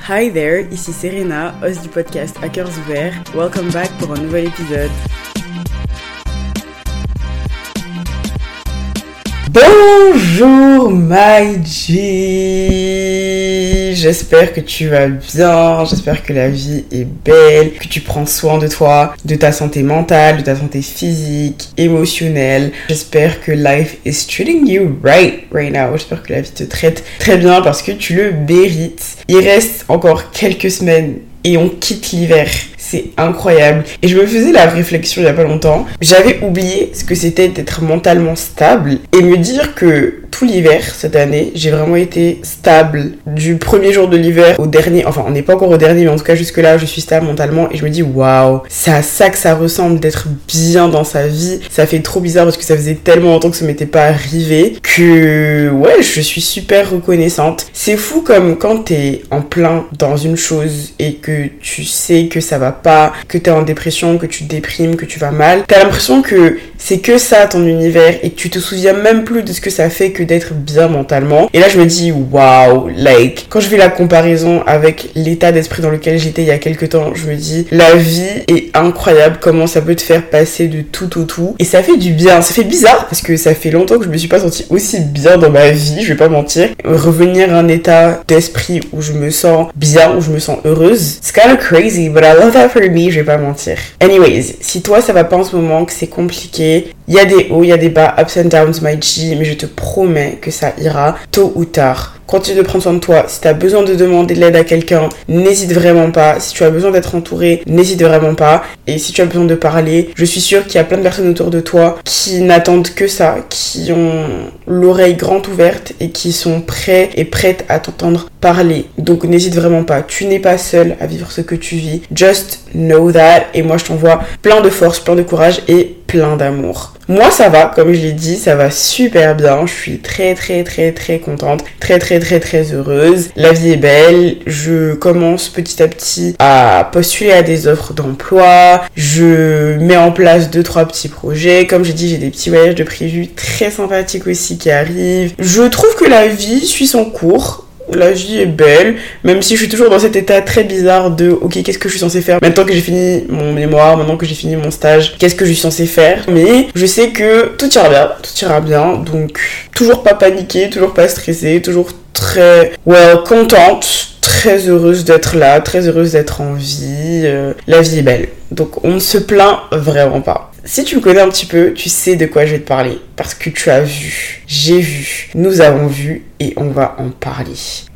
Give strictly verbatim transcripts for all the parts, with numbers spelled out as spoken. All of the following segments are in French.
Hi there, ici Serena, host du podcast À Cœurs Ouverts. Welcome back pour un nouvel épisode. Bonjour my G, j'espère que tu vas bien, j'espère que la vie est belle, que tu prends soin de toi, de ta santé mentale, de ta santé physique, émotionnelle. J'espère que life is treating you right right now, j'espère que la vie te traite très bien parce que tu le mérites. Il reste encore quelques semaines et on quitte l'hiver. C'est incroyable. Et je me faisais la réflexion il y a pas longtemps. J'avais oublié ce que c'était d'être mentalement stable et me dire que tout l'hiver cette année, j'ai vraiment été stable. Du premier jour de l'hiver au dernier, enfin on n'est pas encore au dernier, mais en tout cas jusque là je suis stable mentalement et je me dis waouh, c'est à ça que ça ressemble d'être bien dans sa vie. Ça fait trop bizarre parce que ça faisait tellement longtemps que ça m'était pas arrivé que ouais, je suis super reconnaissante. C'est fou comme quand t'es en plein dans une chose et que tu sais que ça va pas, que t'es en dépression, que tu déprimes, que tu vas mal, t'as l'impression que c'est que ça ton univers et que tu te souviens même plus de ce que ça fait que d'être bien mentalement. Et là je me dis waouh, like quand je fais la comparaison avec l'état d'esprit dans lequel j'étais il y a quelques temps, je me dis la vie est incroyable, comment ça peut te faire passer de tout au tout et ça fait du bien. Ça fait bizarre parce que ça fait longtemps que je me suis pas sentie aussi bien dans ma vie, je vais pas mentir. Revenir à un état d'esprit où je me sens bien, où je me sens heureuse, c'est kind of crazy but I love that for me, je vais pas mentir. Anyways, si toi ça va pas en ce moment, que c'est compliqué, il y a des hauts, il y a des bas, ups and downs my G, mais je te promets que ça ira tôt ou tard. Continue de prendre soin de toi. Si tu as besoin de demander de l'aide à quelqu'un, n'hésite vraiment pas. Si tu as besoin d'être entouré, n'hésite vraiment pas. Et si tu as besoin de parler, je suis sûre qu'il y a plein de personnes autour de toi qui n'attendent que ça, qui ont l'oreille grande ouverte et qui sont prêts et prêtes à t'entendre parler. Donc n'hésite vraiment pas. Tu n'es pas seul à vivre ce que tu vis. Just know that. Et moi, je t'envoie plein de force, plein de courage et plein d'amour. Moi ça va, comme je l'ai dit, ça va super bien, je suis très très très très contente, très très très très heureuse, la vie est belle, je commence petit à petit à postuler à des offres d'emploi, je mets en place deux trois petits projets, comme j'ai dit j'ai des petits voyages de prévus très sympathiques aussi qui arrivent, je trouve que la vie suit son cours. La vie est belle, même si je suis toujours dans cet état très bizarre de ok, qu'est-ce que je suis censée faire maintenant que j'ai fini mon mémoire, maintenant que j'ai fini mon stage, qu'est-ce que je suis censée faire. Mais je sais que tout ira bien, tout ira bien, donc toujours pas paniquer, toujours pas stressée, toujours très well, contente, très heureuse d'être là, très heureuse d'être en vie. Euh, la vie est belle, donc on ne se plaint vraiment pas. Si tu me connais un petit peu, tu sais de quoi je vais te parler. Parce que tu as vu, j'ai vu, nous avons vu et on va en parler.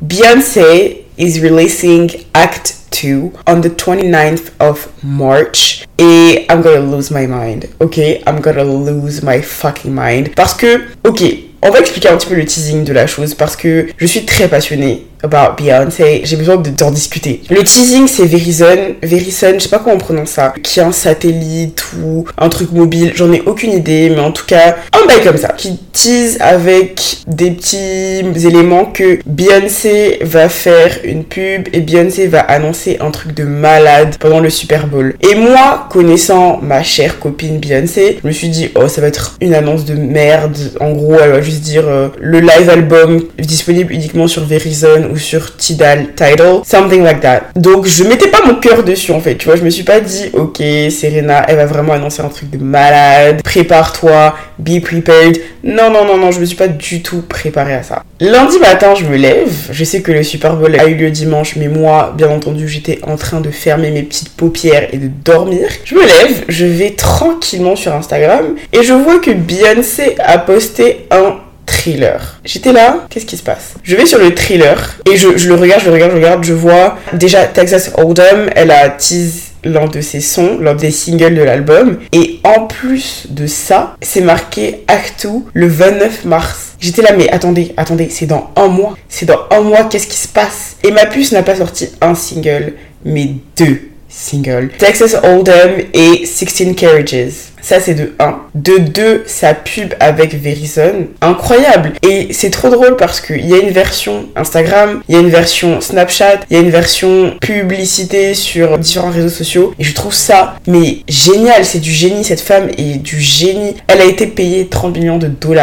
Beyoncé is releasing Act two on the twenty-ninth of March. Et I'm gonna lose my mind, ok? I'm gonna lose my fucking mind. Parce que, ok, on va expliquer un petit peu le teasing de la chose parce que je suis très passionnée about Beyoncé, j'ai besoin de, d'en discuter. Le teasing c'est Verizon, Verizon, je sais pas comment on prononce ça, qui est un satellite ou un truc mobile, j'en ai aucune idée, mais en tout cas, un bail comme ça, qui tease avec des petits éléments que Beyoncé va faire une pub et Beyoncé va annoncer un truc de malade pendant le Super Bowl. Et moi, connaissant ma chère copine Beyoncé, je me suis dit, oh ça va être une annonce de merde, en gros elle va juste dire euh, le live album disponible uniquement sur Verizon ou sur Tidal, Tidal, something like that. Donc je mettais pas mon cœur dessus en fait, tu vois, je me suis pas dit ok, Serena, elle va vraiment annoncer un truc de malade, prépare-toi, be prepared. Non, non, non, non, je me suis pas du tout préparée à ça. Lundi matin, je me lève, je sais que le Super Bowl a eu lieu dimanche, mais moi, bien entendu, j'étais en train de fermer mes petites paupières et de dormir. Je me lève, je vais tranquillement sur Instagram et je vois que Beyoncé a posté un thriller. J'étais là, qu'est-ce qui se passe? Je vais sur le thriller et je, je le regarde, je le regarde, je le regarde, je vois déjà Texas Hold'em, elle a tease l'un de ses sons, l'un des singles de l'album, et en plus de ça, c'est marqué Act two le vingt-neuf mars. J'étais là, mais attendez, attendez, c'est dans un mois, c'est dans un mois, qu'est-ce qui se passe? Et ma puce n'a pas sorti un single, mais deux singles. Texas Hold'em et sixteen Carriages. Ça, c'est de un. De deux, sa pub avec Verizon. Incroyable. Et c'est trop drôle parce qu'il y a une version Instagram, il y a une version Snapchat, il y a une version publicité sur différents réseaux sociaux. Et je trouve ça, mais génial. C'est du génie. Cette femme est du génie. Elle a été payée trente millions de dollars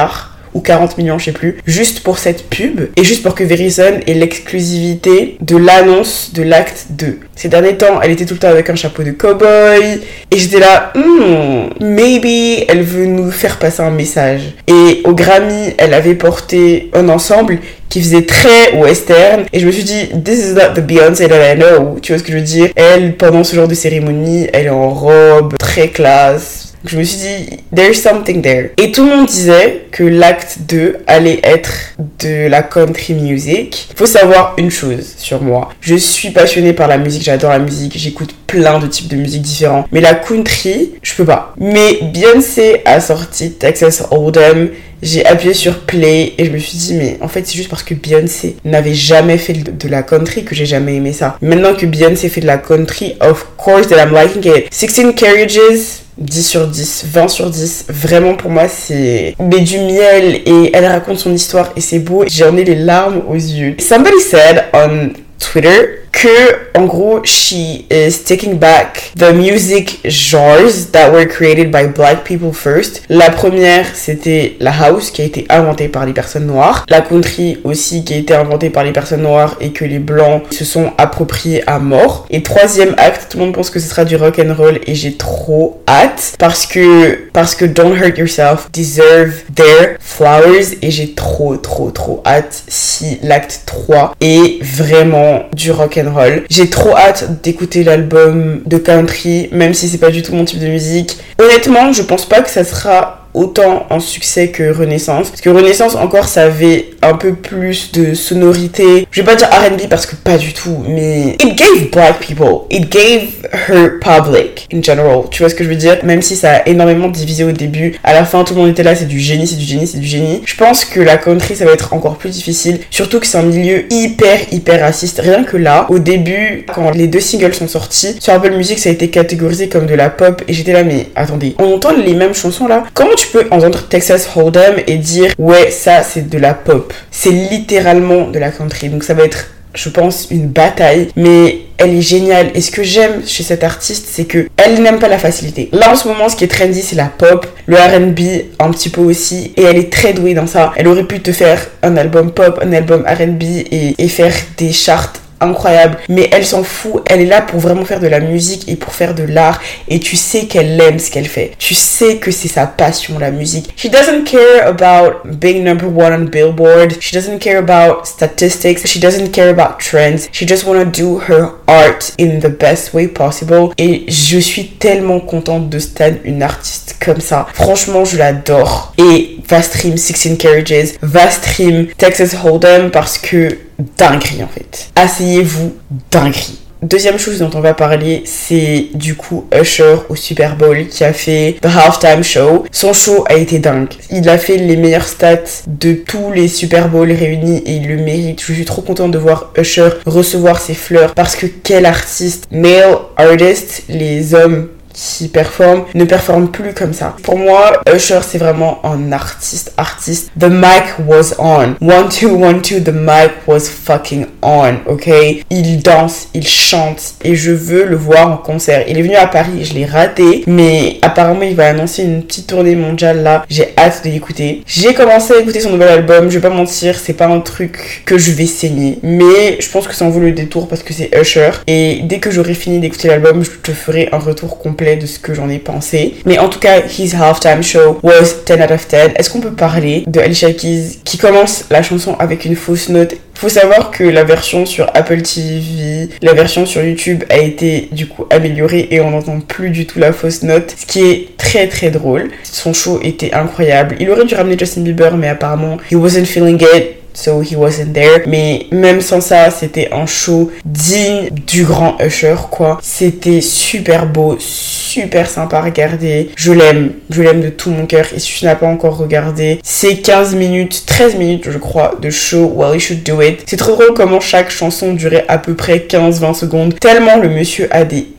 ou quarante millions, je sais plus, juste pour cette pub et juste pour que Verizon ait l'exclusivité de l'annonce de l'acte deux. Ces derniers temps, elle était tout le temps avec un chapeau de cow-boy et j'étais là, hmm, maybe elle veut nous faire passer un message. Et au Grammy, elle avait porté un ensemble qui faisait très western et je me suis dit, this is not the Beyoncé that I know. Tu vois ce que je veux dire? Elle, pendant ce genre de cérémonie, elle est en robe, très classe. Je me suis dit, there's something there. Et tout le monde disait que l'acte deux allait être de la country music. Il faut savoir une chose sur moi. Je suis passionnée par la musique, j'adore la musique, j'écoute plein de types de musique différents. Mais la country, je peux pas. Mais Beyoncé a sorti Texas Hold'em. J'ai appuyé sur play et je me suis dit, mais en fait, c'est juste parce que Beyoncé n'avait jamais fait de la country que j'ai jamais aimé ça. Maintenant que Beyoncé fait de la country, of course that I'm liking it. sixteen Carriages, dix sur dix, vingt sur dix, vraiment pour moi c'est mais du miel et elle raconte son histoire et c'est beau, j'en ai les larmes aux yeux. Somebody said on Twitter que en gros she is taking back the music genres that were created by black people first. La première c'était la house qui a été inventée par les personnes noires, la country aussi qui a été inventée par les personnes noires et que les blancs se sont appropriés à mort. Et troisième acte, tout le monde pense que ce sera du rock and roll et j'ai trop hâte parce que parce que Don't Hurt Yourself deserve their flowers et j'ai trop trop trop hâte si l'acte trois est vraiment du rock and roll. J'ai trop hâte d'écouter l'album de country, même si c'est pas du tout mon type de musique. Honnêtement, je pense pas que ça sera autant un succès que Renaissance. Parce que Renaissance, encore, ça avait un peu plus de sonorité. Je vais pas dire R and B parce que pas du tout, mais it gave black people. It gave her public in general. Tu vois ce que je veux dire? Même si ça a énormément divisé au début, à la fin, tout le monde était là, c'est du génie, c'est du génie, c'est du génie. Je pense que la country, ça va être encore plus difficile. Surtout que c'est un milieu hyper, hyper raciste. Rien que là, au début, quand les deux singles sont sortis, sur Apple Music, ça a été catégorisé comme de la pop. Et j'étais là, mais attendez, on entend les mêmes chansons là? Comment tu peux entendre Texas Hold'em et dire ouais ça c'est de la pop, c'est littéralement de la country, donc ça va être je pense une bataille, mais elle est géniale et ce que j'aime chez cette artiste c'est que elle n'aime pas la facilité. Là en ce moment ce qui est trendy c'est la pop, le R and B un petit peu aussi et elle est très douée dans ça. Elle aurait pu te faire un album pop, un album R and B et, et faire des charts incroyable, mais elle s'en fout, elle est là pour vraiment faire de la musique et pour faire de l'art et tu sais qu'elle aime ce qu'elle fait, tu sais que c'est sa passion la musique. She doesn't care about being number one on Billboard, she doesn't care about statistics, she doesn't care about trends, she just wanna do her art in the best way possible et je suis tellement contente de stan une artiste comme ça, franchement je l'adore. Et va stream sixteen Carriages, va stream Texas Hold'em parce que dinguerie en fait. Asseyez-vous, dinguerie. Deuxième chose dont on va parler, c'est du coup Usher au Super Bowl qui a fait The Halftime Show. Son show a été dingue. Il a fait les meilleures stats de tous les Super Bowls réunis et il le mérite. Je suis trop contente de voir Usher recevoir ses fleurs parce que quel artiste. Male artist, les hommes qui performe ne performe plus comme ça. Pour moi, Usher c'est vraiment un artiste artiste. The mic was on. One two one two, the mic was fucking on, ok? Il danse, il chante et je veux le voir en concert. Il est venu à Paris, je l'ai raté, mais apparemment il va annoncer une petite tournée mondiale là. J'ai hâte de l'écouter. J'ai commencé à écouter son nouvel album, je vais pas mentir, c'est pas un truc que je vais saigner, mais je pense que ça en vaut le détour parce que c'est Usher et dès que j'aurai fini d'écouter l'album, je te ferai un retour complet de ce que j'en ai pensé. Mais en tout cas, his halftime show was ten out of ten. Est-ce qu'on peut parler de Alicia Keys qui commence la chanson avec une fausse note? Faut savoir que la version sur Apple T V, la version sur YouTube a été du coup améliorée et on n'entend plus du tout la fausse note, ce qui est très très drôle. Son show était incroyable. Il aurait dû ramener Justin Bieber mais apparemment he wasn't feeling it. So he wasn't there. Mais même sans ça, c'était un show digne du grand Usher, quoi. C'était super beau, super sympa à regarder. Je l'aime, je l'aime de tout mon cœur. Et si tu n'as pas encore regardé, c'est quinze minutes, treize minutes, je crois, de show. Well, you should do it. C'est trop drôle comment chaque chanson durait à peu près quinze à vingt secondes. Tellement le monsieur a des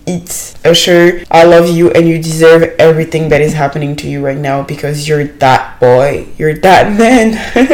eat. Usher, I love you and you deserve everything that is happening to you right now because you're that boy, you're that man.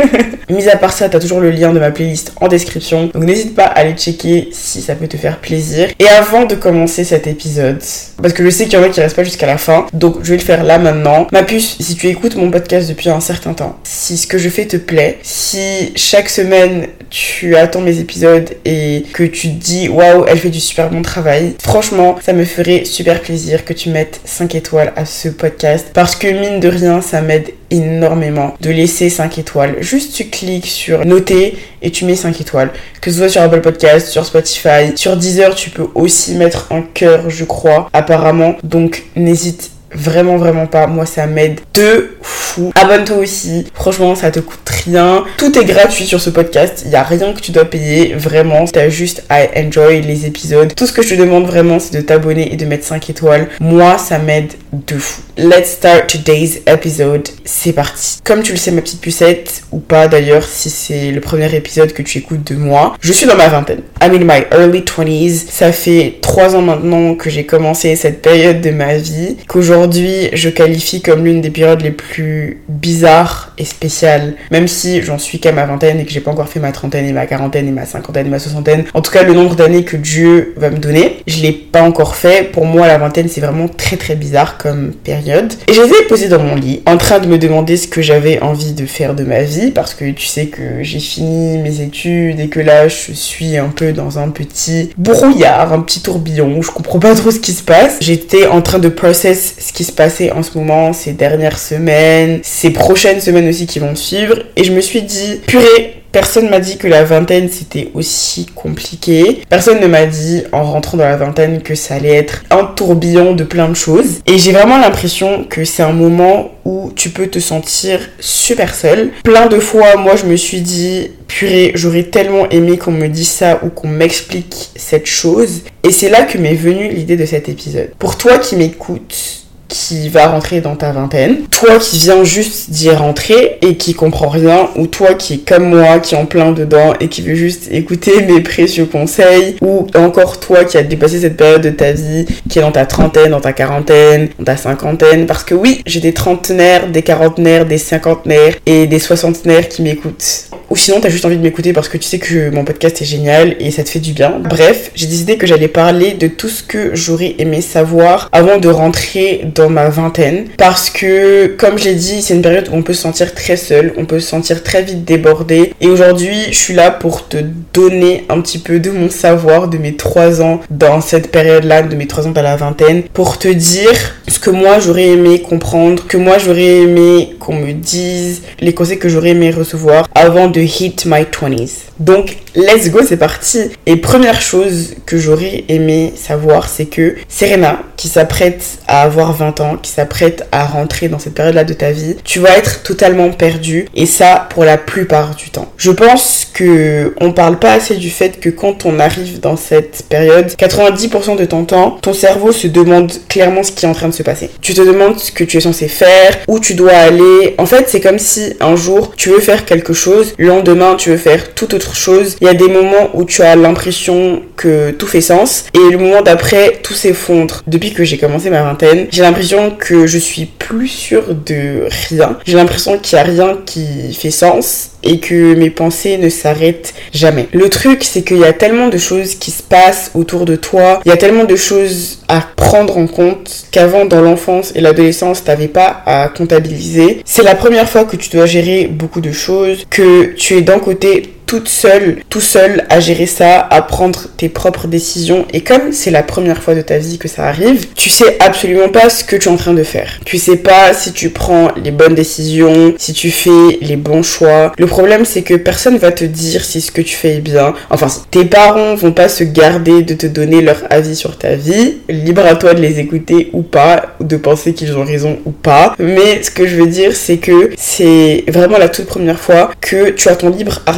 Mis à part ça, t'as toujours le lien de ma playlist en description, donc n'hésite pas à aller checker si ça peut te faire plaisir. Et avant de commencer cet épisode, parce que je sais qu'il y en a qui restent pas jusqu'à la fin, donc je vais le faire là maintenant. Ma puce, si tu écoutes mon podcast depuis un certain temps, si ce que je fais te plaît, si chaque semaine tu attends mes épisodes et que tu te dis waouh, elle fait du super bon travail, franchement, ça me ferait super plaisir que tu mettes cinq étoiles à ce podcast parce que mine de rien, ça m'aide énormément de laisser cinq étoiles. Juste tu cliques sur noter et tu mets cinq étoiles. Que ce soit sur Apple Podcast, sur Spotify, sur Deezer, tu peux aussi mettre un cœur, je crois, apparemment. Donc n'hésite vraiment vraiment pas, moi ça m'aide de fou. Abonne-toi aussi, franchement ça te coûte rien, tout est gratuit sur ce podcast, il y a rien que tu dois payer, vraiment, t'as juste à enjoy les épisodes. Tout ce que je te demande vraiment c'est de t'abonner et de mettre cinq étoiles, moi ça m'aide de fou. Let's start today's episode, c'est parti. Comme tu le sais ma petite pucette, ou pas d'ailleurs si c'est le premier épisode que tu écoutes de moi, je suis dans ma vingtaine, I'm in my early twenties, ça fait trois ans maintenant que j'ai commencé cette période de ma vie, qu'aujourd'hui Aujourd'hui, je qualifie comme l'une des périodes les plus bizarres et spéciales, même si j'en suis qu'à ma vingtaine et que j'ai pas encore fait ma trentaine et ma quarantaine et ma cinquantaine et ma soixantaine. En tout cas, le nombre d'années que Dieu va me donner, je l'ai pas encore fait. Pour moi, la vingtaine, c'est vraiment très très bizarre comme période. Et je les ai posés dans mon lit, en train de me demander ce que j'avais envie de faire de ma vie, parce que tu sais que j'ai fini mes études et que là, je suis un peu dans un petit brouillard, un petit tourbillon, je comprends pas trop ce qui se passe. J'étais en train de process ce qui se passait en ce moment, ces dernières semaines, ces prochaines semaines aussi qui vont suivre, et je me suis dit, purée, personne m'a dit que la vingtaine c'était aussi compliqué. Personne ne m'a dit en rentrant dans la vingtaine que ça allait être un tourbillon de plein de choses. Et j'ai vraiment l'impression que c'est un moment où tu peux te sentir super seule. Plein de fois, moi je me suis dit, purée, j'aurais tellement aimé qu'on me dise ça ou qu'on m'explique cette chose. Et c'est là que m'est venue l'idée de cet épisode. Pour toi qui m'écoutes, qui va rentrer dans ta vingtaine, toi qui viens juste d'y rentrer et qui comprend rien, ou toi qui est comme moi, qui est en plein dedans et qui veut juste écouter mes précieux conseils, ou encore toi qui a dépassé cette période de ta vie, qui est dans ta trentaine, dans ta quarantaine, dans ta cinquantaine, parce que oui, j'ai des trentenaires, des quarantenaires, des cinquantenaires et des soixantenaires qui m'écoutent. Ou sinon t'as juste envie de m'écouter parce que tu sais que mon podcast est génial et ça te fait du bien. Bref, j'ai décidé que j'allais parler de tout ce que j'aurais aimé savoir avant de rentrer dans ma vingtaine, parce que comme je l'ai dit, c'est une période où on peut se sentir très seul, on peut se sentir très vite débordé, et aujourd'hui je suis là pour te donner un petit peu de mon savoir de mes trois ans dans cette période là, de mes trois ans dans la vingtaine, pour te dire ce que moi j'aurais aimé comprendre, que moi j'aurais aimé qu'on me dise, les conseils que j'aurais aimé recevoir avant de hit my twenties. Donc let's go, c'est parti. Et première chose que j'aurais aimé savoir, c'est que Serena, qui s'apprête à avoir vingt ans, qui s'apprête à rentrer dans cette période-là de ta vie, tu vas être totalement perdu, et ça pour la plupart du temps. Je pense que on parle pas assez du fait que quand on arrive dans cette période, quatre-vingt-dix pour cent de ton temps, ton cerveau se demande clairement ce qui est en train de se passer. Tu te demandes ce que tu es censé faire, où tu dois aller. En fait, c'est comme si un jour tu veux faire quelque chose, le lendemain tu veux faire toute autre chose. Il y a des moments où tu as l'impression que tout fait sens, et le moment d'après tout s'effondre. Depuis que j'ai commencé ma vingtaine, j'ai l'impression que je suis plus sûre de rien. J'ai l'impression qu'il n'y a rien qui fait sens et que mes pensées ne s'arrêtent jamais. Le truc, c'est qu'il y a tellement de choses qui se passent autour de toi, il y a tellement de choses à prendre en compte qu'avant, dans l'enfance et l'adolescence, t'avais pas à comptabiliser. C'est la première fois que tu dois gérer beaucoup de choses, que tu es d'un côté toute seule, tout seul à gérer ça, à prendre tes propres décisions, et comme c'est la première fois de ta vie que ça arrive, tu sais absolument pas ce que tu es en train de faire. Tu sais pas si tu prends les bonnes décisions, si tu fais les bons choix. Le problème, c'est que personne va te dire si ce que tu fais est bien. Enfin, si tes parents vont pas se garder de te donner leur avis sur ta vie, libre à toi de les écouter ou pas, ou de penser qu'ils ont raison ou pas. Mais ce que je veux dire, c'est que c'est vraiment la toute première fois que tu as ton libre arbitre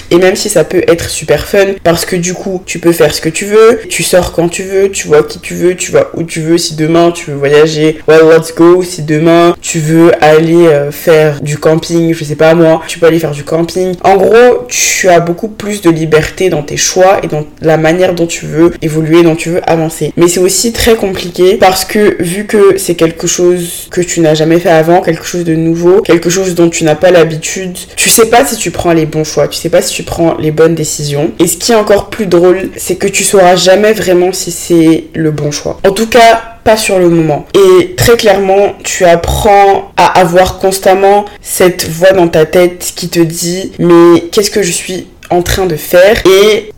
Et même si ça peut être super fun, parce que du coup, tu peux faire ce que tu veux, tu sors quand tu veux, tu vois qui tu veux, tu vas où tu veux. Si demain tu veux voyager, well, let's go. Si demain tu veux aller euh, faire du camping, je sais pas moi, tu peux aller faire du camping. En gros, tu as beaucoup plus de liberté dans tes choix et dans la manière dont tu veux évoluer, dont tu veux avancer. Mais c'est aussi très compliqué parce que vu que c'est quelque chose que tu n'as jamais fait avant, quelque chose de nouveau, quelque chose dont tu n'as pas l'habitude, tu sais pas si tu prends les bons choix, tu sais pas si tu prends les bonnes décisions. Et ce qui est encore plus drôle, c'est que tu sauras jamais vraiment si c'est le bon choix. En tout cas, pas sur le moment. Et très clairement, tu apprends à avoir constamment cette voix dans ta tête qui te dit « Mais qu'est-ce que je suis en train de faire ?» Et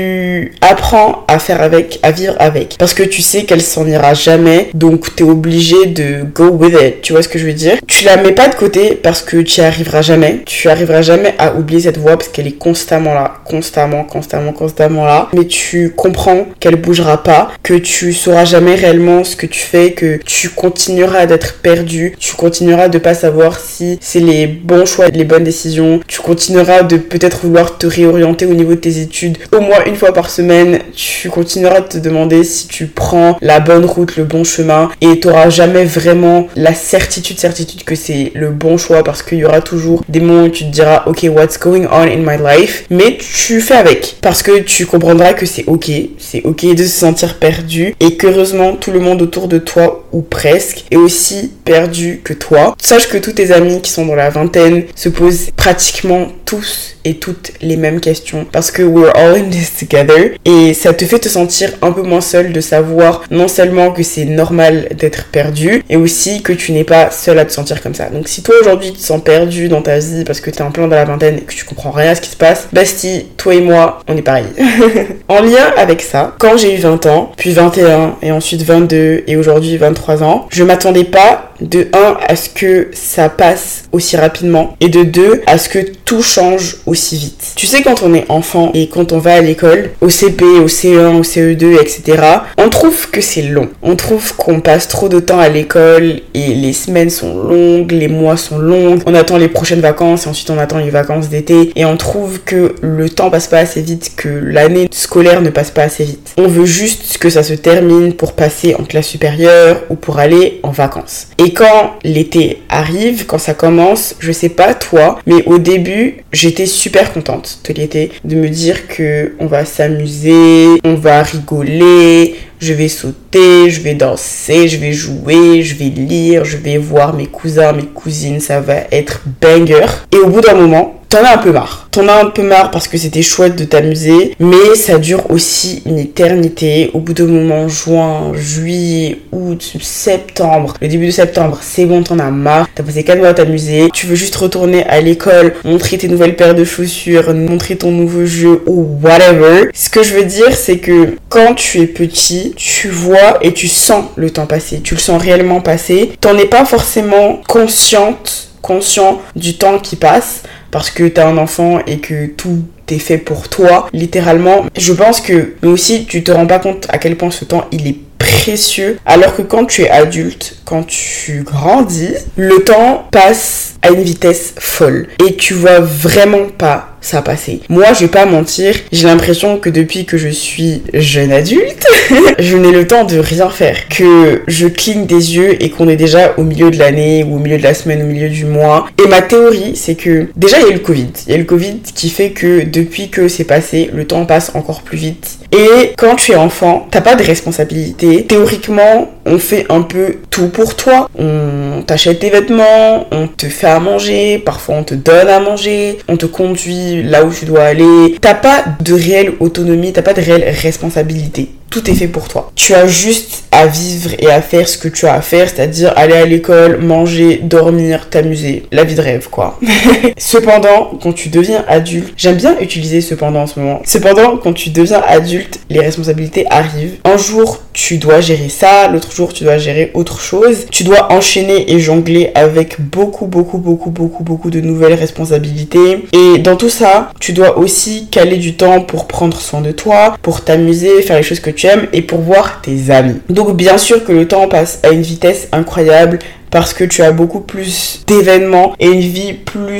tu apprends à faire avec, à vivre avec. Parce que tu sais qu'elle s'en ira jamais, donc t'es obligé de go with it. Tu vois ce que je veux dire? Tu la mets pas de côté parce que tu y arriveras jamais. Tu arriveras jamais à oublier cette voix parce qu'elle est constamment là. Constamment, constamment, constamment là. Mais tu comprends qu'elle bougera pas, que tu sauras jamais réellement ce que tu fais, que tu continueras d'être perdu, tu continueras de pas savoir si c'est les bons choix, les bonnes décisions. Tu continueras de peut-être vouloir te réorienter au niveau de tes études au moins une fois par semaine. Tu continueras de te demander si tu prends la bonne route, le bon chemin, et t'auras jamais vraiment la certitude, certitude que c'est le bon choix parce qu'il y aura toujours des moments où tu te diras ok, what's going on in my life, mais tu fais avec parce que tu comprendras que c'est ok, c'est ok de se sentir perdu et qu'heureusement tout le monde autour de toi ou presque est aussi perdu que toi. Sache que tous tes amis qui sont dans la vingtaine se posent pratiquement tous et toutes les mêmes questions parce que we're all in this together et ça te fait te sentir un peu moins seul de savoir non seulement que c'est normal d'être perdu et aussi que tu n'es pas seul à te sentir comme ça. Donc si toi aujourd'hui tu te sens perdu dans ta vie parce que t'es en plein dans la vingtaine et que tu comprends rien à ce qui se passe, Basti, toi et moi, on est pareil. En lien avec ça, quand j'ai eu vingt ans, puis vingt et un et ensuite vingt-deux et aujourd'hui vingt-trois ans, je m'attendais pas de un à ce que ça passe aussi rapidement et de deux à ce que tout change aussi vite. Tu sais, quand on est enfant et quand on va à l'école, au C P, au C E un, au C E deux, et cetera, on trouve que c'est long. On trouve qu'on passe trop de temps à l'école et les semaines sont longues, les mois sont longs, on attend les prochaines vacances et ensuite on attend les vacances d'été et on trouve que le temps passe pas assez vite, que l'année scolaire ne passe pas assez vite. On veut juste que ça se termine pour passer en classe supérieure ou pour aller en vacances. Et quand l'été arrive, quand ça commence, je sais pas toi, mais au début, j'étais super contente de l'été, de me dire que on va s'amuser, on va rigoler, je vais sauter, je vais danser, je vais jouer, je vais lire, je vais voir mes cousins, mes cousines, ça va être banger. Et au bout d'un moment, t'en as un peu marre. T'en as un peu marre parce que c'était chouette de t'amuser, mais ça dure aussi une éternité. Au bout d'un moment, juin, juillet, août, septembre, le début de septembre, c'est bon, t'en as marre. T'as passé quatre mois à t'amuser. Tu veux juste retourner à l'école, montrer tes nouvelles paires de chaussures, montrer ton nouveau jeu ou whatever. Ce que je veux dire, c'est que quand tu es petit, tu vois et tu sens le temps passer. Tu le sens réellement passer. T'en es pas forcément consciente, conscient du temps qui passe. Parce que t'as un enfant et que tout est fait pour toi, littéralement. Je pense que, mais aussi, tu te rends pas compte à quel point ce temps, il est précieux. Alors que quand tu es adulte, quand tu grandis, le temps passe à une vitesse folle. Et tu vois vraiment pas ça passer. Moi, je vais pas mentir, j'ai l'impression que depuis que je suis jeune adulte, je n'ai le temps de rien faire. Que je cligne des yeux et qu'on est déjà au milieu de l'année, ou au milieu de la semaine, au milieu du mois. Et ma théorie, c'est que, déjà, il y a eu le Covid. Il y a eu le Covid qui fait que depuis que c'est passé, le temps passe encore plus vite. Et quand tu es enfant, t'as pas de responsabilité. Théoriquement, on fait un peu tout pour toi. On t'achète tes vêtements, on te fait à manger, parfois on te donne à manger, on te conduit là où tu dois aller. T'as pas de réelle autonomie, t'as pas de réelle responsabilité. Tout est fait pour toi. Tu as juste à vivre et à faire ce que tu as à faire, c'est-à-dire aller à l'école, manger, dormir, t'amuser. La vie de rêve, quoi. Cependant, quand tu deviens adulte, j'aime bien utiliser cependant en ce moment. Cependant, quand tu deviens adulte, les responsabilités arrivent. Un jour, tu dois gérer ça, l'autre jour, tu dois gérer autre chose. Tu dois enchaîner et jongler avec beaucoup, beaucoup, beaucoup, beaucoup, beaucoup de nouvelles responsabilités. Et dans tout ça, tu dois aussi caler du temps pour prendre soin de toi, pour t'amuser, faire les choses que tu aimes et pour voir tes amis. Donc bien sûr que le temps passe à une vitesse incroyable parce que tu as beaucoup plus d'événements et une vie plus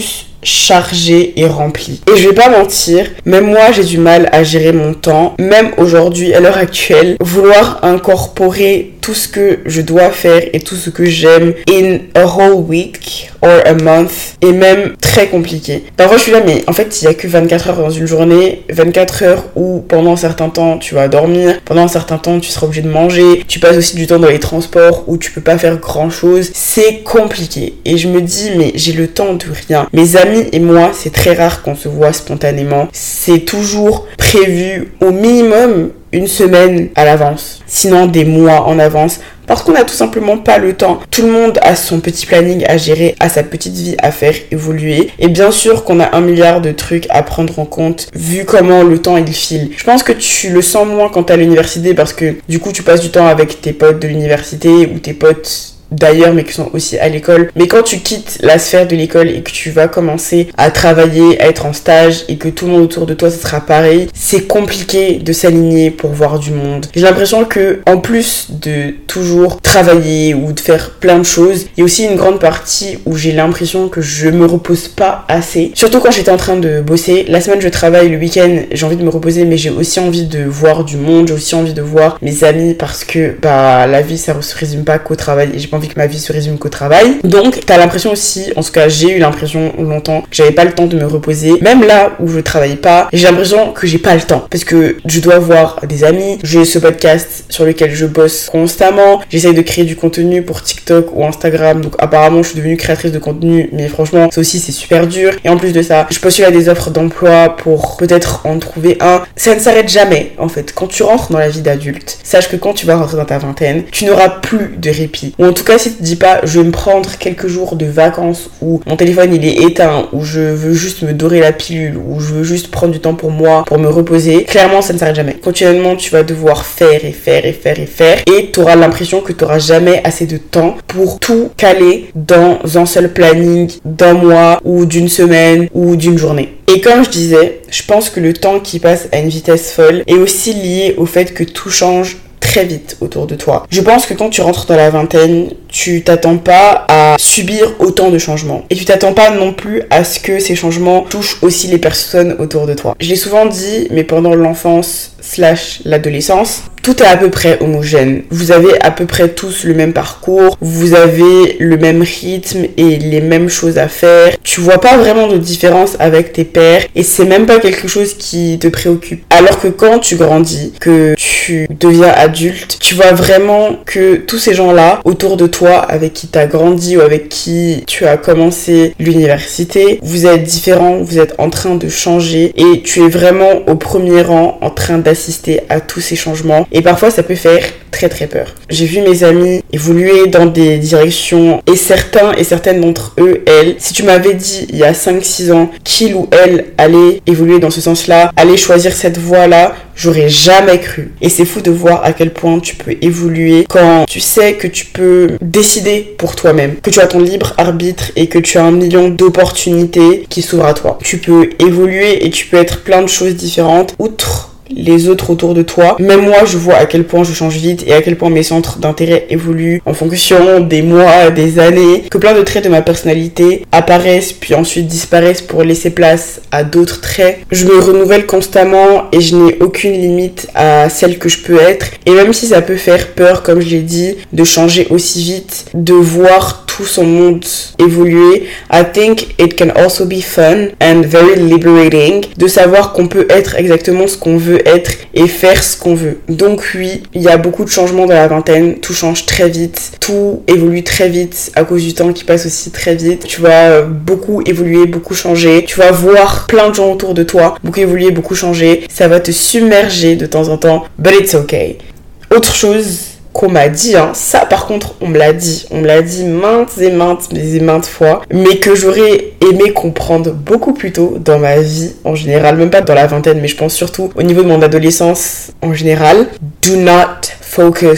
chargée et remplie. Et je vais pas mentir, même moi j'ai du mal à gérer mon temps, même aujourd'hui, à l'heure actuelle, vouloir incorporer tout ce que je dois faire et tout ce que j'aime in a whole week or a month est même très compliqué. Parfois je suis là, mais en fait il y a que vingt-quatre heures dans une journée, vingt-quatre heures où pendant un certain temps tu vas dormir, pendant un certain temps tu seras obligé de manger, tu passes aussi du temps dans les transports où tu peux pas faire grand chose, c'est compliqué. Et je me dis, mais j'ai le temps de rien. Mes amis et moi, c'est très rare qu'on se voit spontanément, c'est toujours prévu au minimum une semaine à l'avance, sinon des mois en avance, parce qu'on n'a tout simplement pas le temps. Tout le monde a son petit planning à gérer, a sa petite vie à faire évoluer, et bien sûr qu'on a un milliard de trucs à prendre en compte vu comment le temps il file. Je pense que tu le sens moins quand t'es à l'université parce que du coup tu passes du temps avec tes potes de l'université ou tes potes d'ailleurs mais qui sont aussi à l'école. Mais quand tu quittes la sphère de l'école et que tu vas commencer à travailler, à être en stage et que tout le monde autour de toi ce sera pareil, c'est compliqué de s'aligner pour voir du monde. J'ai l'impression que en plus de toujours travailler ou de faire plein de choses, il y a aussi une grande partie où j'ai l'impression que je me repose pas assez. Surtout quand j'étais en train de bosser. La semaine je travaille, le week-end j'ai envie de me reposer, mais j'ai aussi envie de voir du monde, j'ai aussi envie de voir mes amis parce que bah la vie ça se résume pas qu'au travail et j'ai pas envie que ma vie se résume qu'au travail. Donc t'as l'impression aussi, en tout cas j'ai eu l'impression longtemps que j'avais pas le temps de me reposer. Même là où je travaille pas, j'ai l'impression que j'ai pas le temps parce que je dois voir des amis, j'ai ce podcast sur lequel je bosse constamment, j'essaye de créer du contenu pour TikTok ou Instagram, donc apparemment je suis devenue créatrice de contenu, mais franchement ça aussi c'est super dur. Et en plus de ça, je postule à des offres d'emploi pour peut-être en trouver un. Ça ne s'arrête jamais en fait. Quand tu rentres dans la vie d'adulte, sache que quand tu vas rentrer dans ta vingtaine, tu n'auras plus de répit. Ou en tout cas si tu te dis pas je vais me prendre quelques jours de vacances où mon téléphone il est éteint, où je veux juste me dorer la pilule, où je veux juste prendre du temps pour moi, pour me reposer, clairement ça ne s'arrête jamais. Continuellement tu vas devoir faire et faire et faire et faire et tu auras l'impression que tu n'auras jamais assez de temps pour tout caler dans un seul planning d'un mois ou d'une semaine ou d'une journée. Et comme je disais, je pense que le temps qui passe à une vitesse folle est aussi lié au fait que tout change très vite autour de toi. Je pense que quand tu rentres dans la vingtaine, tu t'attends pas à subir autant de changements. Et tu t'attends pas non plus à ce que ces changements touchent aussi les personnes autour de toi. Je l'ai souvent dit, mais pendant l'enfance slash l'adolescence, tout est à peu près homogène. Vous avez à peu près tous le même parcours, vous avez le même rythme et les mêmes choses à faire. Tu vois pas vraiment de différence avec tes pairs et c'est même pas quelque chose qui te préoccupe. Alors que quand tu grandis, que tu deviens adulte, tu vois vraiment que tous ces gens-là autour de toi, avec qui tu as grandi ou avec qui tu as commencé l'université, vous êtes différents, vous êtes en train de changer et tu es vraiment au premier rang en train d'assister à tous ces changements. Et parfois, ça peut faire très très peur. J'ai vu mes amis évoluer dans des directions et certains et certaines d'entre eux, elles, si tu m'avais dit il y a cinq six ans qu'il ou elle allait évoluer dans ce sens-là, allait choisir cette voie-là, j'aurais jamais cru. Et c'est fou de voir à quel point tu peux évoluer quand tu sais que tu peux décider pour toi-même, que tu as ton libre arbitre et que tu as un million d'opportunités qui s'ouvrent à toi. Tu peux évoluer et tu peux être plein de choses différentes, outre les autres autour de toi. Même moi, je vois à quel point je change vite et à quel point mes centres d'intérêt évoluent en fonction des mois, des années, que plein de traits de ma personnalité apparaissent puis ensuite disparaissent pour laisser place à d'autres traits. Je me renouvelle constamment et je n'ai aucune limite à celle que je peux être. Et même si ça peut faire peur, comme je l'ai dit, de changer aussi vite, de voir tout son monde évoluer, I think it can also be fun and very liberating de savoir qu'on peut être exactement ce qu'on veut être et faire ce qu'on veut. Donc oui, il y a beaucoup de changements dans la vingtaine, tout change très vite, tout évolue très vite à cause du temps qui passe aussi très vite. Tu vas beaucoup évoluer, beaucoup changer, tu vas voir plein de gens autour de toi, beaucoup évoluer, beaucoup changer, ça va te submerger de temps en temps, but it's okay. Autre chose qu'on m'a dit, hein, ça par contre on me l'a dit, on me l'a dit maintes et maintes et maintes fois, mais que j'aurais aimé comprendre beaucoup plus tôt dans ma vie en général, même pas dans la vingtaine, mais je pense surtout au niveau de mon adolescence en général. Do not focus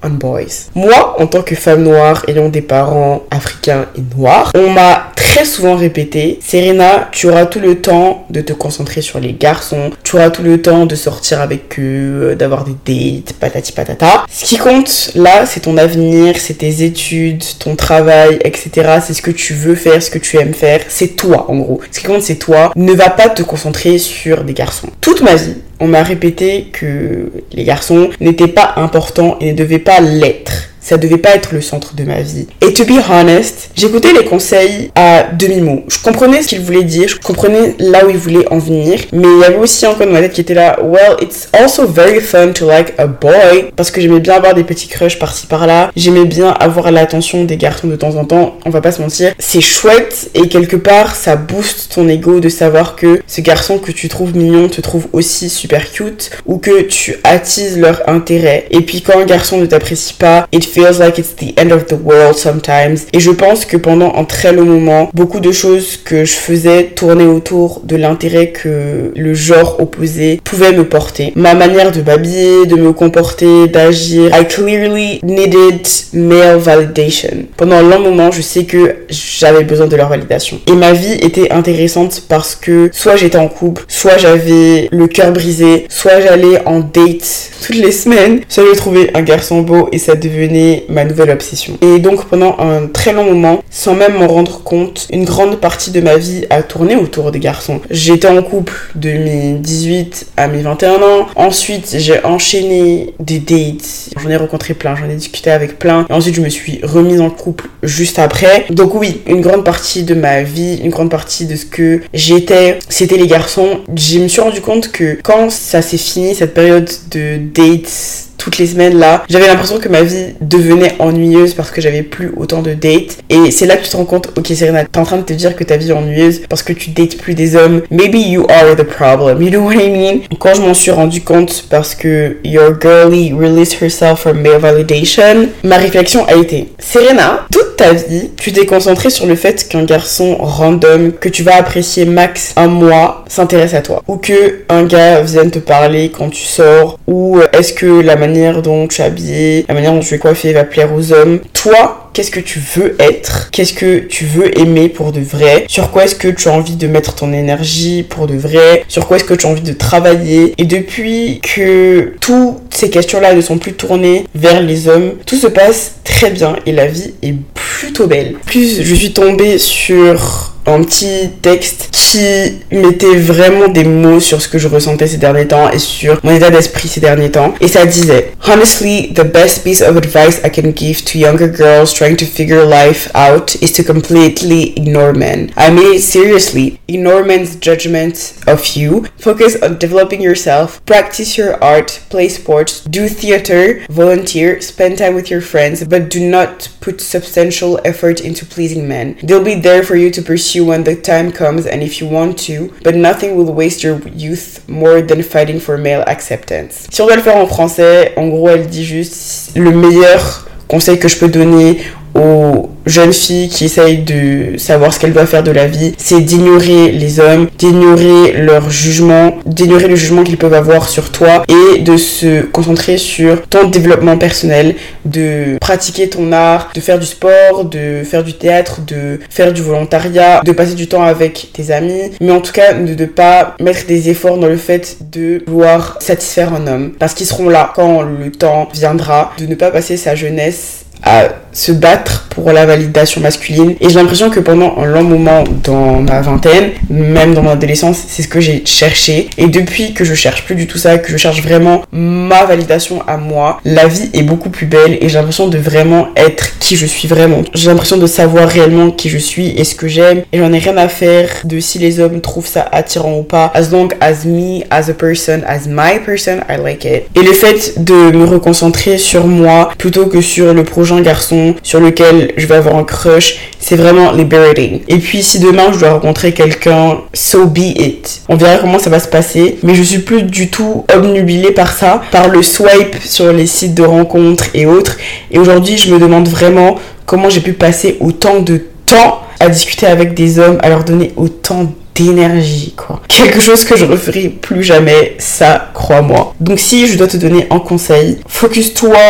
on boys. Moi, en tant que femme noire ayant des parents africains et noirs, on m'a très souvent répété, Serena, tu auras tout le temps de te concentrer sur les garçons, tu auras tout le temps de sortir avec eux, d'avoir des dates, patati patata. Ce qui compte là, c'est ton avenir, c'est tes études, ton travail, et cetera. C'est ce que tu veux faire, ce que tu aimes faire, c'est toi en gros. Ce qui compte, c'est toi. Ne va pas te concentrer sur des garçons. Toute ma vie, on m'a répété que les garçons n'étaient pas importants et ne devaient pas l'être. Ça devait pas être le centre de ma vie. Et to be honest, j'écoutais les conseils à demi-mot. Je comprenais ce qu'il voulait dire, je comprenais là où il voulait en venir, mais il y avait aussi encore dans ma tête qui était là, well, it's also very fun to like a boy, parce que j'aimais bien avoir des petits crushs par-ci par-là, j'aimais bien avoir l'attention des garçons de temps en temps, on va pas se mentir. C'est chouette et quelque part, ça booste ton ego de savoir que ce garçon que tu trouves mignon te trouve aussi super cute, ou que tu attises leur intérêt. Et puis quand un garçon ne t'apprécie pas, it feels like it's the end of the world sometimes. Et je pense que pendant un très long moment, beaucoup de choses que je faisais tournaient autour de l'intérêt que le genre opposé pouvait me porter. Ma manière de m'habiller, de me comporter, d'agir. I clearly needed male validation. Pendant un long moment, je sais que j'avais besoin de leur validation. Et ma vie était intéressante parce que soit j'étais en couple, soit j'avais le cœur brisé, soit j'allais en date toutes les semaines. J'allais trouver un garçon beau et ça devenait ma nouvelle obsession. Et donc pendant un très long moment, sans même m'en rendre compte, une grande partie de ma vie a tourné autour des garçons. J'étais en couple de mes dix-huit à mes vingt et un ans. Ensuite, j'ai enchaîné des dates. J'en ai rencontré plein, j'en ai discuté avec plein. Et ensuite, je me suis remise en couple juste après. Donc oui, une grande partie de ma vie, une grande partie de ce que j'étais, c'était les garçons. Je me suis rendu compte que quand ça s'est fini, cette période de dates toutes les semaines là, j'avais l'impression que ma vie devenait ennuyeuse parce que j'avais plus autant de dates. Et c'est là que tu te rends compte, ok Serena, t'es en train de te dire que ta vie est ennuyeuse parce que tu dates plus des hommes. Maybe you are the problem, you know what I mean? Quand je m'en suis rendu compte parce que your girlie released herself from male validation, ma réflexion a été, Serena, toute ta vie, tu t'es concentrée sur le fait qu'un garçon random que tu vas apprécier max un mois s'intéresse à toi. Ou que un gars vienne te parler quand tu sors. Ou est-ce que la manière dont tu es habillé, la manière dont tu es coiffé va plaire aux hommes. Toi, qu'est-ce que tu veux être? Qu'est-ce que tu veux aimer pour de vrai? Sur quoi est-ce que tu as envie de mettre ton énergie pour de vrai? Sur quoi est-ce que tu as envie de travailler? Et depuis que toutes ces questions-là ne sont plus tournées vers les hommes, tout se passe très bien et la vie est plutôt belle. Plus je suis tombée sur un petit texte qui mettait vraiment des mots sur ce que je ressentais ces derniers temps et sur mon état d'esprit ces derniers temps. Et ça disait, Honestly, the best piece of advice I can give to younger girls trying to figure life out is to completely ignore men. I mean, seriously, ignore men's judgment of you. Focus on developing yourself, practice your art, play sports, do theater, volunteer, spend time with your friends, but do not put substantial effort into pleasing men. They'll be there for you to pursue when the time comes and if you want to, but nothing will waste your youth more than fighting for male acceptance. Si on doit le faire en français, en gros elle dit juste le meilleur conseil que je peux donner aux jeunes filles qui essayent de savoir ce qu'elles doivent faire de la vie, c'est d'ignorer les hommes, d'ignorer leur jugement, d'ignorer le jugement qu'ils peuvent avoir sur toi et de se concentrer sur ton développement personnel, de pratiquer ton art, de faire du sport, de faire du théâtre, de faire du volontariat, de passer du temps avec tes amis, mais en tout cas de ne pas mettre des efforts dans le fait de vouloir satisfaire un homme parce qu'ils seront là quand le temps viendra, de ne pas passer sa jeunesse à se battre pour la validation masculine. Et j'ai l'impression que pendant un long moment dans ma vingtaine, même dans mon adolescence, c'est ce que j'ai cherché. Et depuis que je cherche plus du tout ça, que je cherche vraiment ma validation à moi, la vie est beaucoup plus belle et j'ai l'impression de vraiment être qui je suis vraiment. J'ai l'impression de savoir réellement qui je suis et ce que j'aime. Et j'en ai rien à faire de si les hommes trouvent ça attirant ou pas. As long as me, as a person, as my person, I like it. Et le fait de me reconcentrer sur moi plutôt que sur le prochain garçon sur lequel je vais avoir un crush, c'est vraiment liberating. Et puis si demain je dois rencontrer quelqu'un, so be it. On verra comment ça va se passer, mais je suis plus du tout obnubilée par ça, par le swipe sur les sites de rencontres et autres. Et aujourd'hui je me demande vraiment comment j'ai pu passer autant de temps à discuter avec des hommes, à leur donner autant d'énergie, quoi. Quelque chose que je referai plus jamais, ça, crois-moi. Donc si je dois te donner un conseil, focus-toi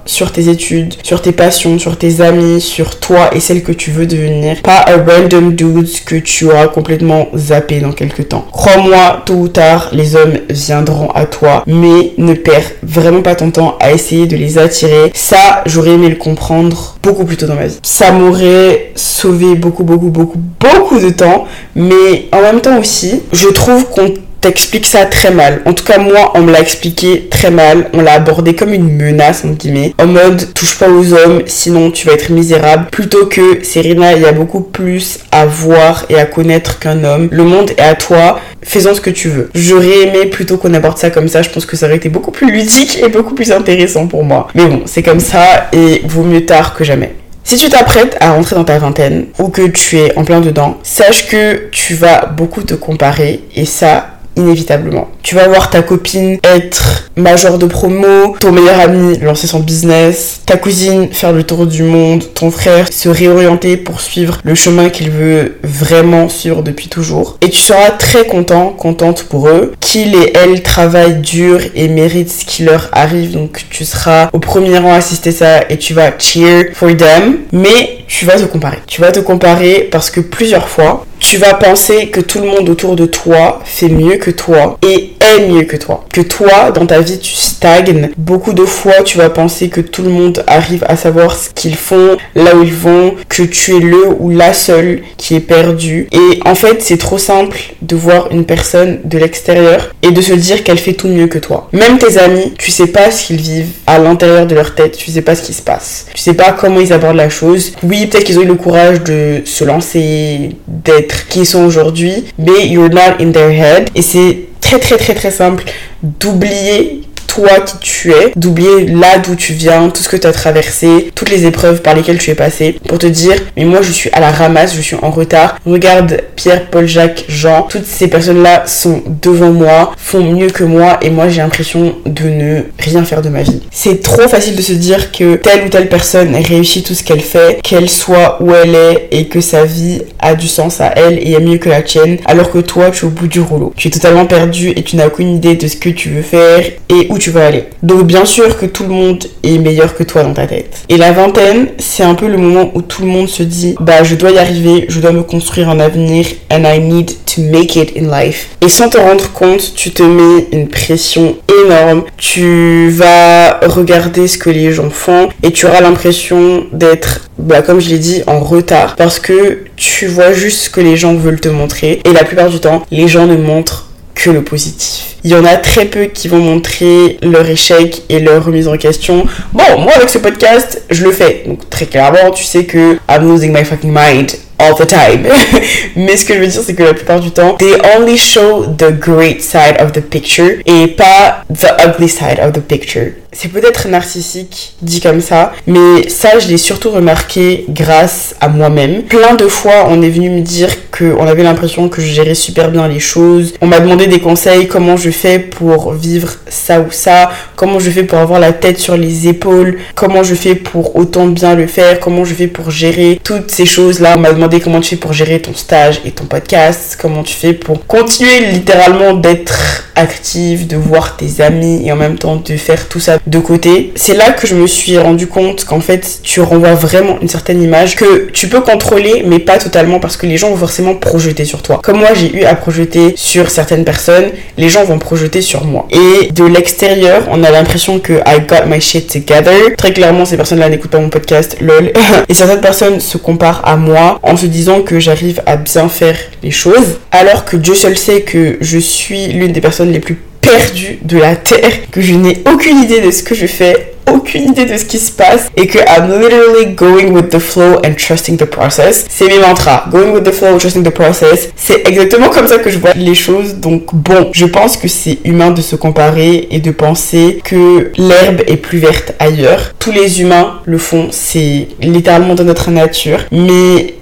sur tes études, sur tes passions, sur tes amis, sur toi et celle que tu veux devenir. Pas un random dude que tu auras complètement zappé dans quelques temps. Crois-moi, tôt ou tard, les hommes viendront à toi, mais ne perds vraiment pas ton temps à essayer de les attirer. Ça, j'aurais aimé le comprendre beaucoup plus tôt dans ma vie. Ça m'aurait sauvé beaucoup, beaucoup, beaucoup, beaucoup de temps, mais en même temps aussi, je trouve qu'on t'explique ça très mal. En tout cas, moi, on me l'a expliqué très mal. On l'a abordé comme une menace, entre guillemets. En mode, touche pas aux hommes, sinon tu vas être misérable. Plutôt que, Serena, il y a beaucoup plus à voir et à connaître qu'un homme. Le monde est à toi. Fais-en ce que tu veux. J'aurais aimé plutôt qu'on aborde ça comme ça. Je pense que ça aurait été beaucoup plus ludique et beaucoup plus intéressant pour moi. Mais bon, c'est comme ça et vaut mieux tard que jamais. Si tu t'apprêtes à rentrer dans ta vingtaine ou que tu es en plein dedans, sache que tu vas beaucoup te comparer et ça, inévitablement. Tu vas voir ta copine être major de promo, ton meilleur ami lancer son business, ta cousine faire le tour du monde, ton frère se réorienter pour suivre le chemin qu'il veut vraiment suivre depuis toujours. Et tu seras très content, contente pour eux, qu'ils et elles travaillent dur et méritent ce qui leur arrive. Donc tu seras au premier rang à assister ça et tu vas cheer for them. Mais tu vas te comparer. Tu vas te comparer parce que plusieurs fois, tu vas penser que tout le monde autour de toi fait mieux que toi et est mieux que toi. Que toi, dans ta vie, tu stagnes. Beaucoup de fois, tu vas penser que tout le monde arrive à savoir ce qu'ils font, là où ils vont, que tu es le ou la seule qui est perdue. Et en fait, c'est trop simple de voir une personne de l'extérieur et de se dire qu'elle fait tout mieux que toi. Même tes amis, tu sais pas ce qu'ils vivent à l'intérieur de leur tête, tu sais pas ce qui se passe. Tu sais pas comment ils abordent la chose. Oui, peut-être qu'ils ont eu le courage de se lancer, d'être qui ils sont aujourd'hui, mais you're not in their head. Et c'est très très très très simple d'oublier toi qui tu es, d'oublier là d'où tu viens, tout ce que tu as traversé, toutes les épreuves par lesquelles tu es passé, pour te dire mais moi je suis à la ramasse, je suis en retard. Regarde Pierre, Paul, Jacques, Jean, toutes ces personnes-là sont devant moi, font mieux que moi et moi j'ai l'impression de ne rien faire de ma vie. C'est trop facile de se dire que telle ou telle personne réussit tout ce qu'elle fait, qu'elle soit où elle est et que sa vie a du sens à elle et est mieux que la tienne, alors que toi tu es au bout du rouleau. Tu es totalement perdu et tu n'as aucune idée de ce que tu veux faire et où tu vas aller. Donc bien sûr que tout le monde est meilleur que toi dans ta tête. Et la vingtaine, c'est un peu le moment où tout le monde se dit bah je dois y arriver, je dois me construire un avenir and I need to make it in life. Et sans te rendre compte, tu te mets une pression énorme. Tu vas regarder ce que les gens font et tu auras l'impression d'être, bah, comme je l'ai dit, en retard parce que tu vois juste ce que les gens veulent te montrer et la plupart du temps, les gens ne montrent que le positif. Il y en a très peu qui vont montrer leur échec et leur remise en question. Bon, moi avec ce podcast, je le fais. Donc très clairement, tu sais que I'm losing my fucking mind all the time. Mais ce que je veux dire, c'est que la plupart du temps, they only show the great side of the picture et pas the ugly side of the picture. C'est peut-être narcissique, dit comme ça, mais ça, je l'ai surtout remarqué grâce à moi-même. Plein de fois, on est venu me dire qu'on avait l'impression que je gérais super bien les choses. On m'a demandé des conseils, comment je fais pour vivre ça ou ça, comment je fais pour avoir la tête sur les épaules, comment je fais pour autant bien le faire, comment je fais pour gérer toutes ces choses-là. On m'a demandé comment tu fais pour gérer ton stage et ton podcast, comment tu fais pour continuer littéralement d'être active, de voir tes amis et en même temps de faire tout ça de côté. C'est là que je me suis rendu compte qu'en fait tu renvoies vraiment une certaine image que tu peux contrôler mais pas totalement parce que les gens vont forcément projeter sur toi. Comme moi j'ai eu à projeter sur certaines personnes, les gens vont projeter sur moi. Et de l'extérieur, on a l'impression que I got my shit together. Très clairement, ces personnes-là n'écoutent pas mon podcast, lol. Et certaines personnes se comparent à moi en se disant que j'arrive à bien faire les choses, alors que Dieu seul sait que je suis l'une des personnes les plus perdues de la terre, que je n'ai aucune idée de ce que je fais, aucune idée de ce qui se passe et que I'm literally going with the flow and trusting the process. C'est mes mantras. Going with the flow, trusting the process. C'est exactement comme ça que je vois les choses. Donc bon, je pense que c'est humain de se comparer et de penser que l'herbe est plus verte ailleurs. Tous les humains le font. C'est littéralement dans notre nature. Mais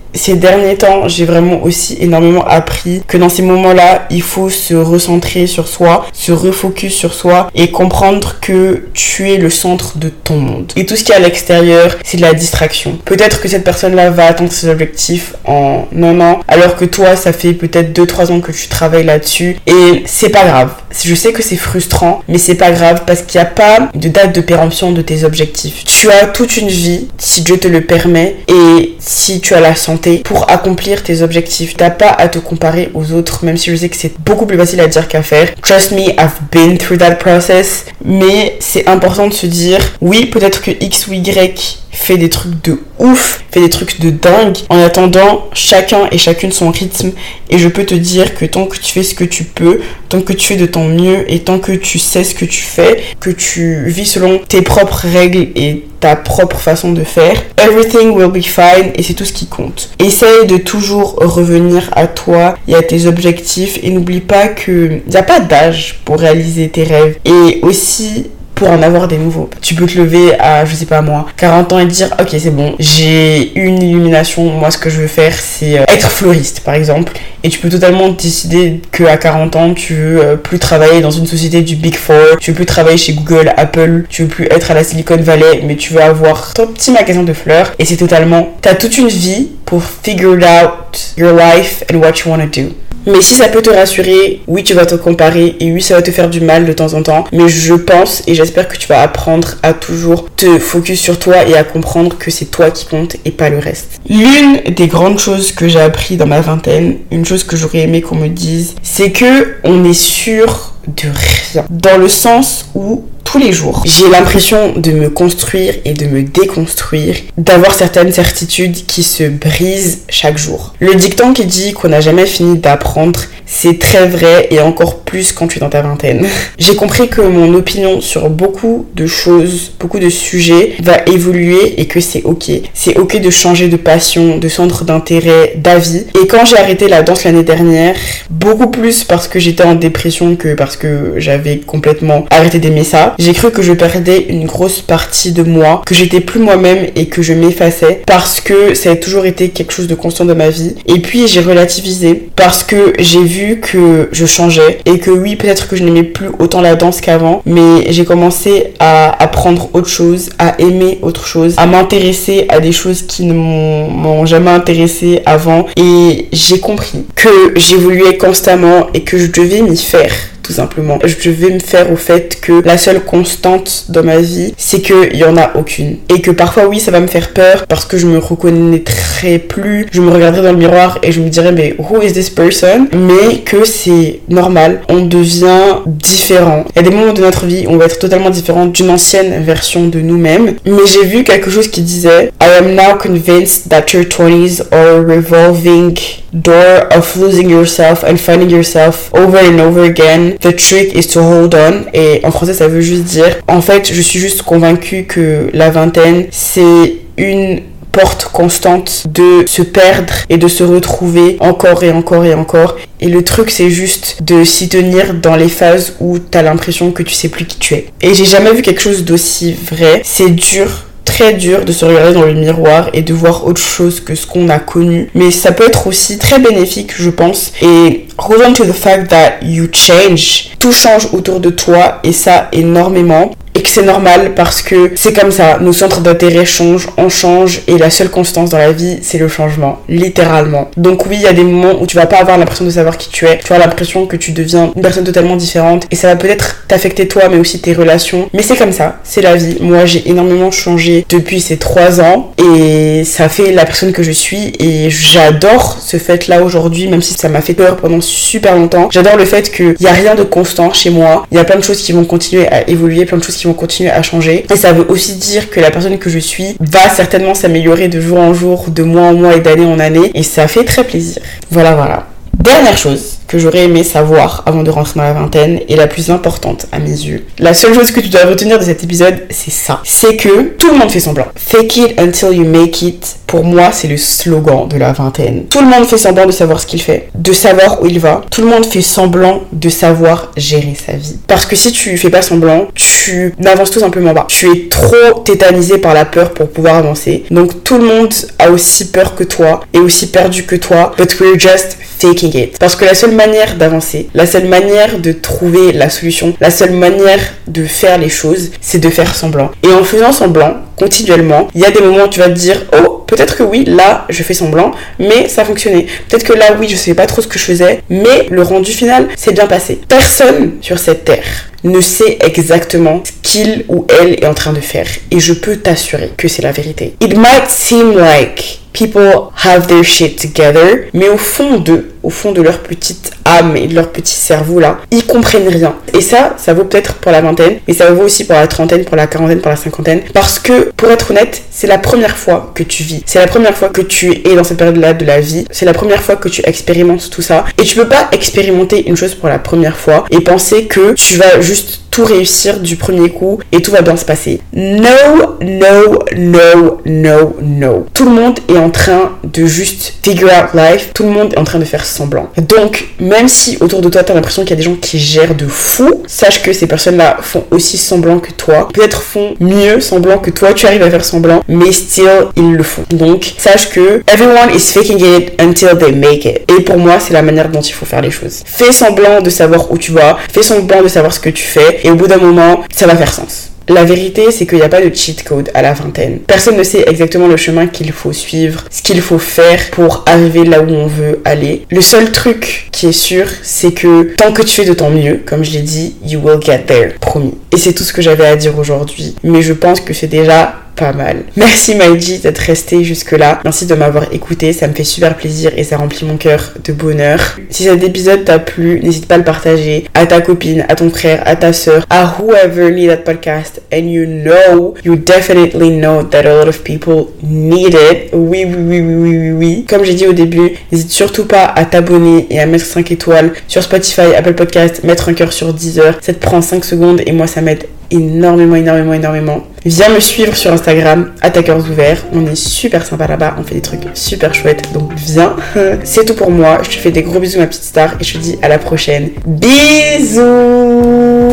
ces derniers temps, j'ai vraiment aussi énormément appris que dans ces moments-là, il faut se recentrer sur soi, se refocus sur soi et comprendre que tu es le centre de ton monde. Et tout ce qui est à l'extérieur, c'est de la distraction. Peut-être que cette personne-là va atteindre ses objectifs en un an, alors que toi, ça fait peut-être deux trois ans que tu travailles là-dessus. Et c'est pas grave. Je sais que c'est frustrant, mais c'est pas grave parce qu'il n'y a pas de date de péremption de tes objectifs. Tu as toute une vie, si Dieu te le permet, et si tu as la santé, pour accomplir tes objectifs. T'as pas à te comparer aux autres, même si je sais que c'est beaucoup plus facile à dire qu'à faire. Trust me, I've been through that process. Mais c'est important de se dire, oui, peut-être que X ou Y fait des trucs de ouf, fait des trucs de dingue. En attendant, chacun et chacune son rythme. Et je peux te dire que tant que tu fais ce que tu peux, tant que tu fais de ton mieux et tant que tu sais ce que tu fais, que tu vis selon tes propres règles et ta propre façon de faire, everything will be fine et c'est tout ce qui compte. Essaye de toujours revenir à toi et à tes objectifs et n'oublie pas qu'il n'y a pas d'âge pour réaliser tes rêves. Et aussi, pour en avoir des nouveaux. Tu peux te lever à, je sais pas moi, quarante ans et te dire, ok, c'est bon, j'ai une illumination, moi ce que je veux faire, c'est être fleuriste, par exemple. Et tu peux totalement décider qu'à quarante ans, tu veux plus travailler dans une société du Big Four, tu veux plus travailler chez Google, Apple, tu veux plus être à la Silicon Valley, mais tu veux avoir ton petit magasin de fleurs. Et c'est totalement, t'as toute une vie pour figure out your life and what you want to do. Mais si ça peut te rassurer, oui, tu vas te comparer et oui, ça va te faire du mal de temps en temps. Mais je pense et j'espère que tu vas apprendre à toujours te focus sur toi et à comprendre que c'est toi qui compte et pas le reste. L'une des grandes choses que j'ai appris dans ma vingtaine, une chose que j'aurais aimé qu'on me dise, c'est que on est sûr de rien. Dans le sens où tous les jours, j'ai l'impression de me construire et de me déconstruire, d'avoir certaines certitudes qui se brisent chaque jour. Le dicton qui dit qu'on n'a jamais fini d'apprendre, c'est très vrai et encore plus quand tu es dans ta vingtaine. J'ai compris que mon opinion sur beaucoup de choses, beaucoup de sujets va évoluer et que c'est ok. C'est ok de changer de passion, de centre d'intérêt, d'avis. Et quand j'ai arrêté la danse l'année dernière, beaucoup plus parce que j'étais en dépression que parce que j'avais complètement arrêté d'aimer ça, j'ai cru que je perdais une grosse partie de moi, que j'étais plus moi-même et que je m'effaçais parce que ça a toujours été quelque chose de constant dans ma vie. Et puis j'ai relativisé parce que j'ai vu que je changeais et que oui, peut-être que je n'aimais plus autant la danse qu'avant, mais j'ai commencé à apprendre autre chose, à aimer autre chose, à m'intéresser à des choses qui ne m'ont, m'ont jamais intéressée avant et j'ai compris que j'évoluais constamment et que je devais m'y faire. Tout simplement. Je vais me faire au fait que la seule constante dans ma vie, c'est qu'il n'y en a aucune. Et que parfois, oui, ça va me faire peur parce que je me reconnaîtrais plus. Je me regarderais dans le miroir et je me dirais, mais who is this person? Mais que c'est normal. On devient différent. Il y a des moments de notre vie où on va être totalement différent d'une ancienne version de nous-mêmes. Mais j'ai vu quelque chose qui disait, I am now convinced that your twenties are a revolving door of losing yourself and finding yourself over and over again. The trick is to hold on. Et en français, ça veut juste dire, en fait, je suis juste convaincue que la vingtaine, c'est une porte constante de se perdre et de se retrouver encore et encore et encore. Et le truc, c'est juste de s'y tenir dans les phases où t'as l'impression que tu sais plus qui tu es. Et j'ai jamais vu quelque chose d'aussi vrai. C'est dur. Très dur de se regarder dans le miroir et de voir autre chose que ce qu'on a connu. Mais ça peut être aussi très bénéfique, je pense. Et hold on to the fact that you change. Tout change autour de toi et ça énormément. Et que c'est normal parce que c'est comme ça, nos centres d'intérêt changent, on change et la seule constance dans la vie, c'est le changement, littéralement. Donc oui, il y a des moments où tu vas pas avoir l'impression de savoir qui tu es, tu as l'impression que tu deviens une personne totalement différente et ça va peut-être t'affecter toi mais aussi tes relations, mais c'est comme ça, c'est la vie. Moi, j'ai énormément changé depuis ces trois ans et ça fait la personne que je suis et j'adore ce fait-là aujourd'hui, même si ça m'a fait peur pendant super longtemps. J'adore le fait qu'il y a rien de constant chez moi, il y a plein de choses qui vont continuer à évoluer, plein de choses qui vont continuer à changer et ça veut aussi dire que la personne que je suis va certainement s'améliorer de jour en jour, de mois en mois et d'année en année et ça fait très plaisir. Voilà voilà. Dernière chose que j'aurais aimé savoir avant de rentrer dans la vingtaine et la plus importante à mes yeux. La seule chose que tu dois retenir de cet épisode, c'est ça. C'est que tout le monde fait semblant. Fake it until you make it. pour moi, c'est le slogan de la vingtaine. Tout le monde fait semblant de savoir ce qu'il fait, de savoir où il va. Tout le monde fait semblant de savoir gérer sa vie. Parce que si tu fais pas semblant, tu n'avances tout simplement pas. Tu es trop tétanisé par la peur pour pouvoir avancer. Donc tout le monde a aussi peur que toi et aussi perdu que toi. But we're just faking it. Parce que la seule manière d'avancer, la seule manière de trouver la solution, la seule manière de faire les choses, c'est de faire semblant. Et en faisant semblant, continuellement, il y a des moments où tu vas te dire, oh, peut-être que oui, là, je fais semblant, mais ça fonctionnait. Peut-être que là, oui, je savais pas trop ce que je faisais, mais le rendu final s'est bien passé. Personne sur cette terre ne sait exactement ce qu'il ou elle est en train de faire. Et je peux t'assurer que c'est la vérité. It might seem like people have their shit together, mais au fond d'eux, au fond de leur petite âme et de leur petit cerveau là, ils comprennent rien. Et ça, ça vaut peut-être pour la vingtaine, mais ça vaut aussi pour la trentaine, pour la quarantaine, pour la cinquantaine. Parce que, pour être honnête, c'est la première fois que tu vis. C'est la première fois que tu es dans cette période-là de la vie. C'est la première fois que tu expérimentes tout ça. Et tu peux pas expérimenter une chose pour la première fois et penser que tu vas juste tout réussir du premier coup et tout va bien se passer. No, no, no, no, no. Tout le monde est en train de juste figure out life. Tout le monde est en train de faire semblant. Donc, même si autour de toi, t'as l'impression qu'il y a des gens qui gèrent de fou, sache que ces personnes-là font aussi semblant que toi. Peut-être font mieux semblant que toi, tu arrives à faire semblant, mais still, ils le font. Donc, sache que everyone is faking it until they make it. Et pour moi, c'est la manière dont il faut faire les choses. Fais semblant de savoir où tu vas, fais semblant de savoir ce que tu fais, et au bout d'un moment, ça va faire sens. La vérité, c'est qu'il n'y a pas de cheat code à la vingtaine. Personne ne sait exactement le chemin qu'il faut suivre, ce qu'il faut faire pour arriver là où on veut aller. Le seul truc qui est sûr, c'est que tant que tu fais de ton mieux, comme je l'ai dit, you will get there, promis. Et c'est tout ce que j'avais à dire aujourd'hui. Mais je pense que c'est déjà pas mal. Merci Maïji d'être resté jusque là. Merci de m'avoir écouté, ça me fait super plaisir et ça remplit mon cœur de bonheur. Si cet épisode t'a plu, n'hésite pas à le partager à ta copine, à ton frère, à ta soeur, à whoever need that podcast. And you know, you definitely know that a lot of people need it. Oui, oui, oui, oui, oui, oui, oui. Comme j'ai dit au début, n'hésite surtout pas à t'abonner et à mettre cinq étoiles sur Spotify, Apple Podcast, mettre un cœur sur Deezer. Ça te prend cinq secondes et moi ça m'aide énormément, énormément, énormément. Viens me suivre sur Instagram, attaqueurs ouverts. On est super sympa là-bas, on fait des trucs super chouettes, donc viens. C'est tout pour moi, je te fais des gros bisous ma petite star et je te dis à la prochaine. Bisous.